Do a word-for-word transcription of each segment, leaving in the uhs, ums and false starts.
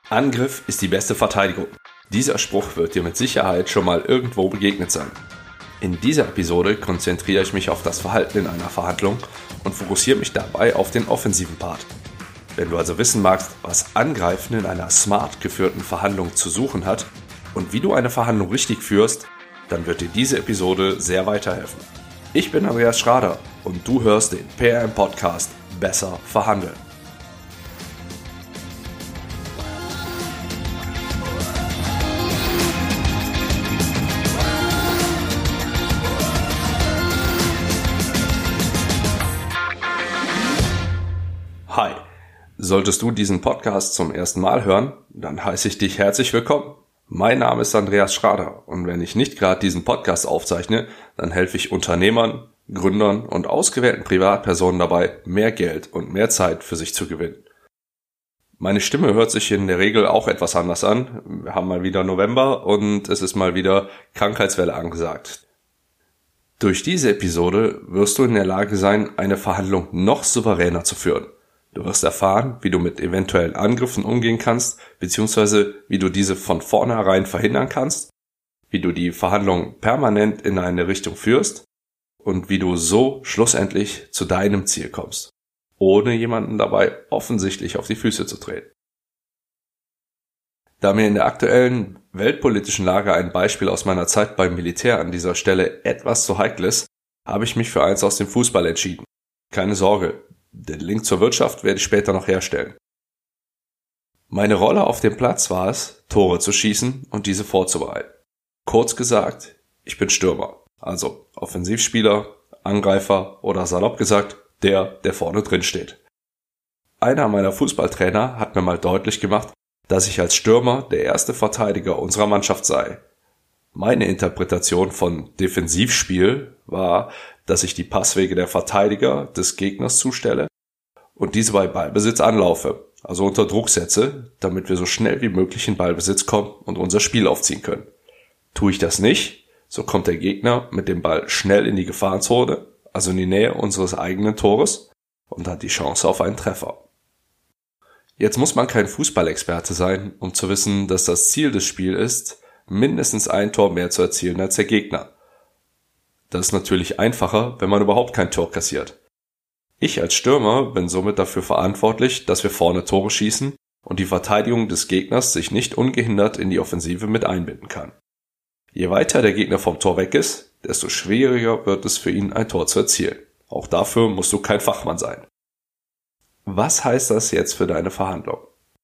Angriff ist die beste Verteidigung. Dieser Spruch wird dir mit Sicherheit schon mal irgendwo begegnet sein. In dieser Episode konzentriere ich mich auf das Verhalten in einer Verhandlung und fokussiere mich dabei auf den offensiven Part. Wenn du also wissen magst, was Angreifen in einer smart geführten Verhandlung zu suchen hat und wie du eine Verhandlung richtig führst, dann wird dir diese Episode sehr weiterhelfen. Ich bin Andreas Schrader und du hörst den P R M-Podcast Besser verhandeln. Hi, solltest du diesen Podcast zum ersten Mal hören, dann heiße ich dich herzlich willkommen. Mein Name ist Andreas Schrader und wenn ich nicht gerade diesen Podcast aufzeichne, dann helfe ich Unternehmern, Gründern und ausgewählten Privatpersonen dabei, mehr Geld und mehr Zeit für sich zu gewinnen. Meine Stimme hört sich in der Regel auch etwas anders an. Wir haben mal wieder November und es ist mal wieder Krankheitswelle angesagt. Durch diese Episode wirst du in der Lage sein, eine Verhandlung noch souveräner zu führen. Du wirst erfahren, wie du mit eventuellen Angriffen umgehen kannst, beziehungsweise wie du diese von vornherein verhindern kannst, wie du die Verhandlung permanent in eine Richtung führst und wie du so schlussendlich zu deinem Ziel kommst, ohne jemanden dabei offensichtlich auf die Füße zu treten. Da mir in der aktuellen weltpolitischen Lage ein Beispiel aus meiner Zeit beim Militär an dieser Stelle etwas zu heikel ist, habe ich mich für eins aus dem Fußball entschieden. Keine Sorge. Den Link zur Wirtschaft werde ich später noch herstellen. Meine Rolle auf dem Platz war es, Tore zu schießen und diese vorzubereiten. Kurz gesagt, ich bin Stürmer, also Offensivspieler, Angreifer oder salopp gesagt, der, der vorne drin steht. Einer meiner Fußballtrainer hat mir mal deutlich gemacht, dass ich als Stürmer der erste Verteidiger unserer Mannschaft sei. Meine Interpretation von Defensivspiel war, dass ich die Passwege der Verteidiger des Gegners zustelle und diese bei Ballbesitz anlaufe, also unter Druck setze, damit wir so schnell wie möglich in Ballbesitz kommen und unser Spiel aufziehen können. Tue ich das nicht, so kommt der Gegner mit dem Ball schnell in die Gefahrenzone, also in die Nähe unseres eigenen Tores und hat die Chance auf einen Treffer. Jetzt muss man kein Fußballexperte sein, um zu wissen, dass das Ziel des Spiels ist, mindestens ein Tor mehr zu erzielen als der Gegner. Das ist natürlich einfacher, wenn man überhaupt kein Tor kassiert. Ich als Stürmer bin somit dafür verantwortlich, dass wir vorne Tore schießen und die Verteidigung des Gegners sich nicht ungehindert in die Offensive mit einbinden kann. Je weiter der Gegner vom Tor weg ist, desto schwieriger wird es für ihn, ein Tor zu erzielen. Auch dafür musst du kein Fachmann sein. Was heißt das jetzt für deine Verhandlung?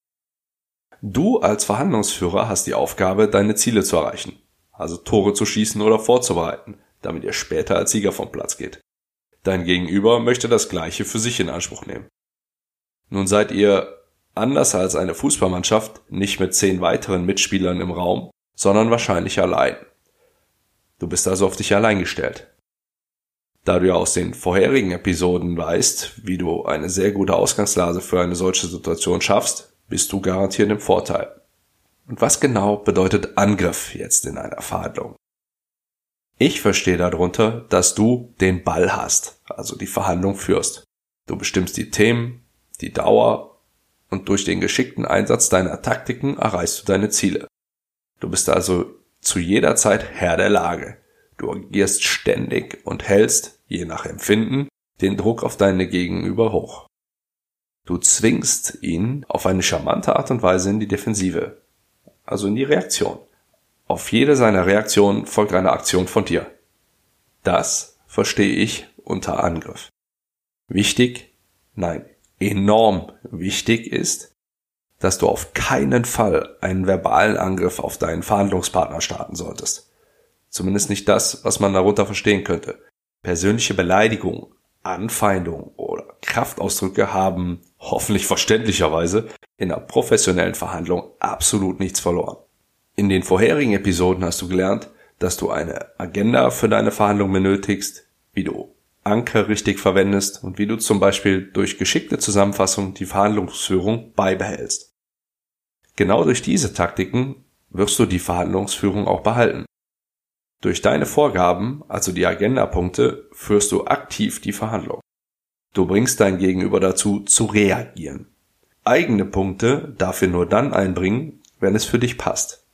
Du als Verhandlungsführer hast die Aufgabe, deine Ziele zu erreichen, also Tore zu schießen oder vorzubereiten, damit ihr später als Sieger vom Platz geht. Dein Gegenüber möchte das Gleiche für sich in Anspruch nehmen. Nun seid ihr, anders als eine Fußballmannschaft, nicht mit zehn weiteren Mitspielern im Raum, sondern wahrscheinlich allein. Du bist also auf dich allein gestellt. Da du ja aus den vorherigen Episoden weißt, wie du eine sehr gute Ausgangslage für eine solche Situation schaffst, bist du garantiert im Vorteil. Und was genau bedeutet Angriff jetzt in einer Verhandlung? Ich verstehe darunter, dass du den Ball hast, also die Verhandlung führst. Du bestimmst die Themen, die Dauer und durch den geschickten Einsatz deiner Taktiken erreichst du deine Ziele. Du bist also zu jeder Zeit Herr der Lage. Du agierst ständig und hältst, je nach Empfinden, den Druck auf deine Gegenüber hoch. Du zwingst ihn auf eine charmante Art und Weise in die Defensive, also in die Reaktion. Auf jede seiner Reaktionen folgt eine Aktion von dir. Das verstehe ich unter Angriff. Wichtig, nein, enorm wichtig ist, dass du auf keinen Fall einen verbalen Angriff auf deinen Verhandlungspartner starten solltest. Zumindest nicht das, was man darunter verstehen könnte. Persönliche Beleidigungen, Anfeindungen oder Kraftausdrücke haben, hoffentlich verständlicherweise, in einer professionellen Verhandlung absolut nichts verloren. In den vorherigen Episoden hast du gelernt, dass du eine Agenda für deine Verhandlung benötigst, wie du Anker richtig verwendest und wie du zum Beispiel durch geschickte Zusammenfassung die Verhandlungsführung beibehältst. Genau durch diese Taktiken wirst du die Verhandlungsführung auch behalten. Durch deine Vorgaben, also die Agendapunkte, führst du aktiv die Verhandlung. Du bringst dein Gegenüber dazu, zu reagieren. eigene Punkte dafür nur dann einbringen, wenn es für dich passt.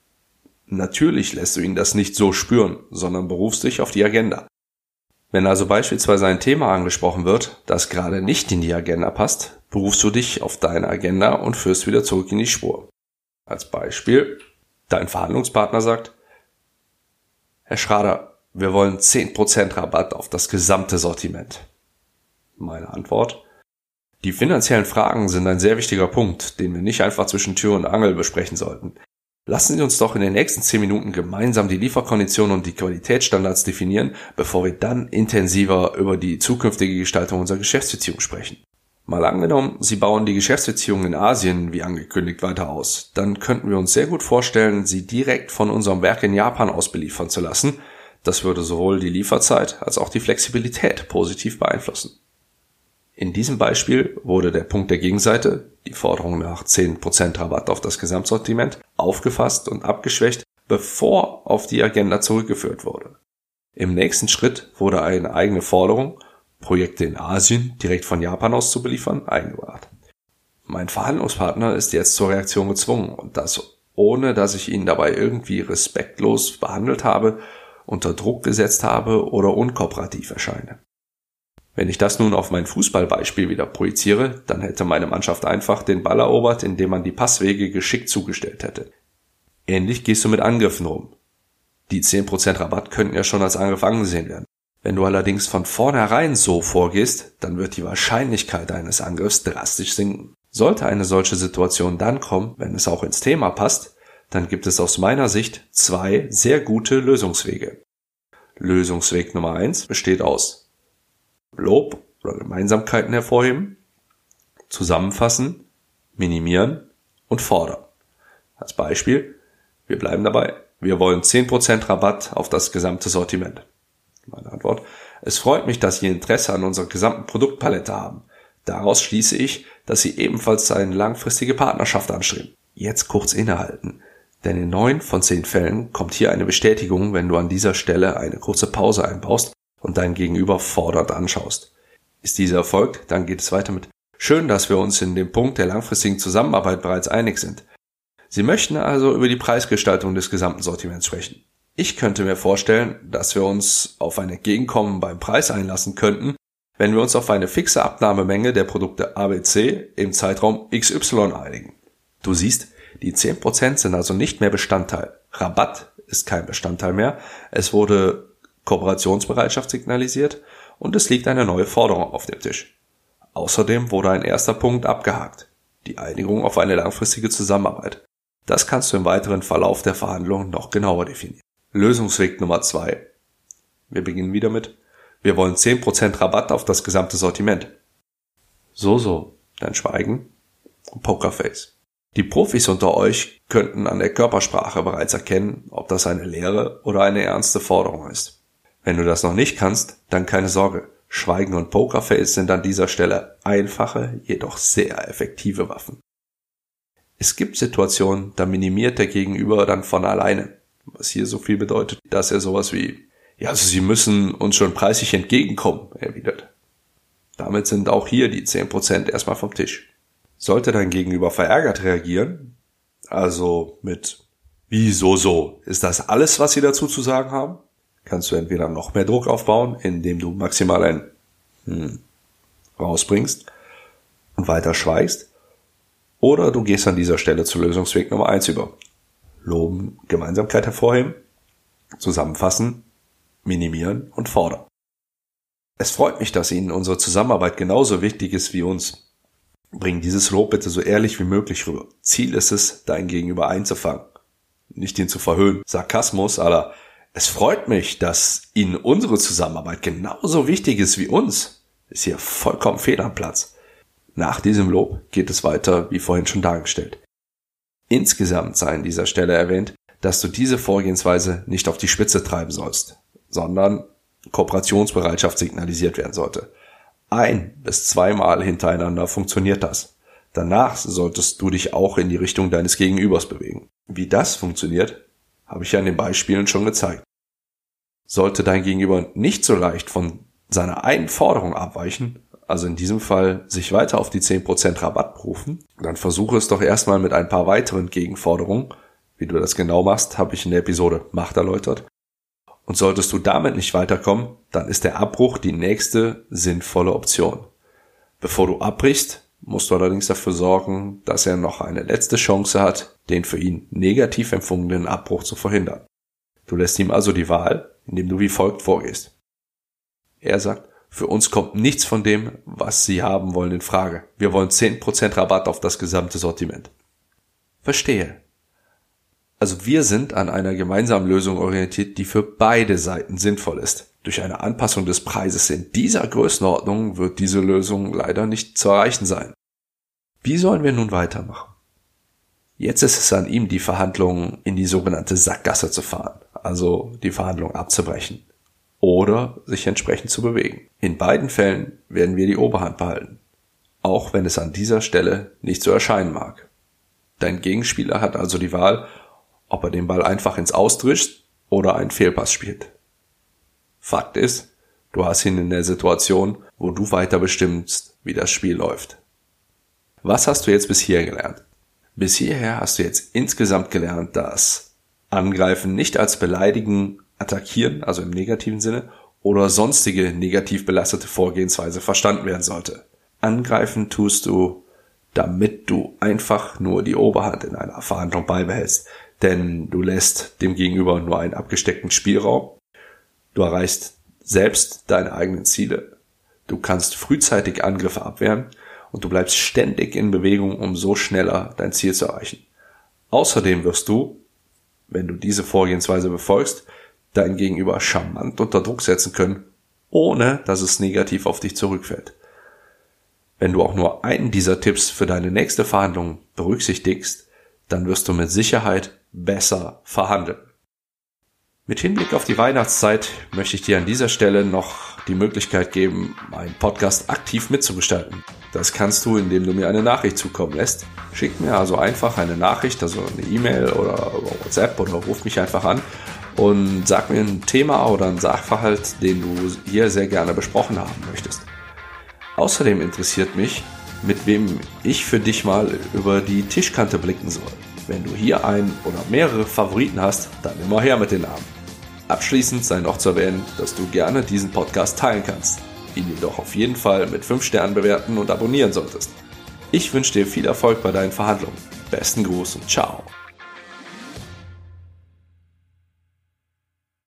Natürlich lässt du ihn das nicht so spüren, sondern berufst dich auf die Agenda. Wenn also beispielsweise ein Thema angesprochen wird, das gerade nicht in die Agenda passt, berufst du dich auf deine Agenda und führst wieder zurück in die Spur. Als Beispiel, dein Verhandlungspartner sagt: Herr Schrader, wir wollen zehn Prozent Rabatt auf das gesamte Sortiment. Meine Antwort: Die finanziellen Fragen sind ein sehr wichtiger Punkt, den wir nicht einfach zwischen Tür und Angel besprechen sollten. Lassen Sie uns doch in den nächsten zehn Minuten gemeinsam die Lieferkonditionen und die Qualitätsstandards definieren, bevor wir dann intensiver über die zukünftige Gestaltung unserer Geschäftsbeziehung sprechen. Mal angenommen, Sie bauen die Geschäftsbeziehung in Asien wie angekündigt weiter aus, dann könnten wir uns sehr gut vorstellen, Sie direkt von unserem Werk in Japan aus beliefern zu lassen. Das würde sowohl die Lieferzeit als auch die Flexibilität positiv beeinflussen. In diesem Beispiel wurde der Punkt der Gegenseite, die Forderung nach zehn Prozent Rabatt auf das Gesamtsortiment, aufgefasst und abgeschwächt, bevor auf die Agenda zurückgeführt wurde. Im nächsten Schritt wurde eine eigene Forderung, Projekte in Asien direkt von Japan aus zu beliefern, eingebracht. Mein Verhandlungspartner ist jetzt zur Reaktion gezwungen und das ohne, dass ich ihn dabei irgendwie respektlos behandelt habe, unter Druck gesetzt habe oder unkooperativ erscheine. Wenn ich das nun auf mein Fußballbeispiel wieder projiziere, dann hätte meine Mannschaft einfach den Ball erobert, indem man die Passwege geschickt zugestellt hätte. Ähnlich gehst du mit Angriffen rum. Die zehn Prozent Rabatt könnten ja schon als Angriff angesehen werden. Wenn du allerdings von vornherein so vorgehst, dann wird die Wahrscheinlichkeit eines Angriffs drastisch sinken. Sollte eine solche Situation dann kommen, wenn es auch ins Thema passt, dann gibt es aus meiner Sicht zwei sehr gute Lösungswege. Lösungsweg Nummer eins besteht aus Lob oder Gemeinsamkeiten hervorheben, zusammenfassen, minimieren und fordern. Als Beispiel, wir bleiben dabei, wir wollen zehn Prozent Rabatt auf das gesamte Sortiment. Meine Antwort: Es freut mich, dass Sie Interesse an unserer gesamten Produktpalette haben. Daraus schließe ich, dass Sie ebenfalls eine langfristige Partnerschaft anstreben. Jetzt kurz innehalten, denn in neun von zehn Fällen kommt hier eine Bestätigung, wenn du an dieser Stelle eine kurze Pause einbaust und dein Gegenüber fordernd anschaust. Ist diese erfolgt, dann geht es weiter mit: Schön, dass wir uns in dem Punkt der langfristigen Zusammenarbeit bereits einig sind. Sie möchten also über die Preisgestaltung des gesamten Sortiments sprechen. Ich könnte mir vorstellen, dass wir uns auf ein Entgegenkommen beim Preis einlassen könnten, wenn wir uns auf eine fixe Abnahmemenge der Produkte A B C im Zeitraum X Y einigen. Du siehst, die zehn Prozent sind also nicht mehr Bestandteil. Rabatt ist kein Bestandteil mehr. Es wurde Kooperationsbereitschaft signalisiert und es liegt eine neue Forderung auf dem Tisch. Außerdem wurde ein erster Punkt abgehakt, die Einigung auf eine langfristige Zusammenarbeit. Das kannst du im weiteren Verlauf der Verhandlungen noch genauer definieren. Lösungsweg Nummer zwei. Wir beginnen wieder mit: Wir wollen zehn Prozent Rabatt auf das gesamte Sortiment. So, so, dein Schweigen und Pokerface. Die Profis unter euch könnten an der Körpersprache bereits erkennen, ob das eine leere oder eine ernste Forderung ist. Wenn du das noch nicht kannst, dann keine Sorge. Schweigen und Pokerface sind an dieser Stelle einfache, jedoch sehr effektive Waffen. Es gibt Situationen, da minimiert der Gegenüber dann von alleine, was hier so viel bedeutet, dass er sowas wie: Ja, also Sie müssen uns schon preislich entgegenkommen, erwidert. Damit sind auch hier die zehn Prozent erstmal vom Tisch. Sollte dein Gegenüber verärgert reagieren, also mit Wieso so? Ist das alles, was Sie dazu zu sagen haben? Kannst du entweder noch mehr Druck aufbauen, indem du maximal ein hm, rausbringst und weiter schweigst, oder du gehst an dieser Stelle zu Lösungsweg Nummer eins über. Loben, Gemeinsamkeit hervorheben, zusammenfassen, minimieren und fordern. Es freut mich, dass Ihnen unsere Zusammenarbeit genauso wichtig ist wie uns. Bring dieses Lob bitte so ehrlich wie möglich rüber. Ziel ist es, dein Gegenüber einzufangen, nicht ihn zu verhöhnen. Sarkasmus aller: Es freut mich, dass Ihnen unsere Zusammenarbeit genauso wichtig ist wie uns, ist hier vollkommen fehl am Platz. Nach diesem Lob geht es weiter, wie vorhin schon dargestellt. Insgesamt sei an dieser Stelle erwähnt, dass du diese Vorgehensweise nicht auf die Spitze treiben sollst, sondern Kooperationsbereitschaft signalisiert werden sollte. Ein- bis zweimal hintereinander funktioniert das. Danach solltest du dich auch in die Richtung deines Gegenübers bewegen. Wie das funktioniert, habe ich ja in den Beispielen schon gezeigt. Sollte dein Gegenüber nicht so leicht von seiner einen Forderung abweichen, also in diesem Fall sich weiter auf die zehn Prozent Rabatt berufen, dann versuche es doch erstmal mit ein paar weiteren Gegenforderungen. Wie du das genau machst, habe ich in der Episode Macht erläutert. Und solltest du damit nicht weiterkommen, dann ist der Abbruch die nächste sinnvolle Option. Bevor du abbrichst, musst du allerdings dafür sorgen, dass er noch eine letzte Chance hat, den für ihn negativ empfundenen Abbruch zu verhindern. Du lässt ihm also die Wahl, indem du wie folgt vorgehst. Er sagt, für uns kommt nichts von dem, was Sie haben wollen, in Frage. Wir wollen zehn Prozent Rabatt auf das gesamte Sortiment. Verstehe. Also wir sind an einer gemeinsamen Lösung orientiert, die für beide Seiten sinnvoll ist. Durch eine Anpassung des Preises in dieser Größenordnung wird diese Lösung leider nicht zu erreichen sein. Wie sollen wir nun weitermachen? Jetzt ist es an ihm, die Verhandlungen in die sogenannte Sackgasse zu fahren, also die Verhandlungen abzubrechen oder sich entsprechend zu bewegen. In beiden Fällen werden wir die Oberhand behalten, auch wenn es an dieser Stelle nicht so erscheinen mag. Dein Gegenspieler hat also die Wahl, ob er den Ball einfach ins Ausdrischt oder einen Fehlpass spielt. Fakt ist, du hast ihn in der Situation, wo du weiter bestimmst, wie das Spiel läuft. Was hast du jetzt bis hier gelernt? Bis hierher hast du jetzt insgesamt gelernt, dass Angreifen nicht als beleidigen, attackieren, also im negativen Sinne, oder sonstige negativ belastete Vorgehensweise verstanden werden sollte. Angreifen tust du, damit du einfach nur die Oberhand in einer Verhandlung beibehältst, denn du lässt dem Gegenüber nur einen abgesteckten Spielraum. Du erreichst selbst deine eigenen Ziele. Du kannst frühzeitig Angriffe abwehren und du bleibst ständig in Bewegung, um so schneller dein Ziel zu erreichen. Außerdem wirst du, wenn du diese Vorgehensweise befolgst, dein Gegenüber charmant unter Druck setzen können, ohne dass es negativ auf dich zurückfällt. Wenn du auch nur einen dieser Tipps für deine nächste Verhandlung berücksichtigst, dann wirst du mit Sicherheit besser verhandeln. Mit Hinblick auf die Weihnachtszeit möchte ich dir an dieser Stelle noch die Möglichkeit geben, meinen Podcast aktiv mitzugestalten. Das kannst du, indem du mir eine Nachricht zukommen lässt. Schick mir also einfach eine Nachricht, also eine E-Mail oder WhatsApp oder ruf mich einfach an und sag mir ein Thema oder einen Sachverhalt, den du hier sehr gerne besprochen haben möchtest. Außerdem interessiert mich, mit wem ich für dich mal über die Tischkante blicken soll. Wenn du hier einen oder mehrere Favoriten hast, dann immer her mit den Namen. Abschließend sei noch zu erwähnen, dass du gerne diesen Podcast teilen kannst, ihn jedoch auf jeden Fall mit fünf Sternen bewerten und abonnieren solltest. Ich wünsche dir viel Erfolg bei deinen Verhandlungen. Besten Gruß und ciao.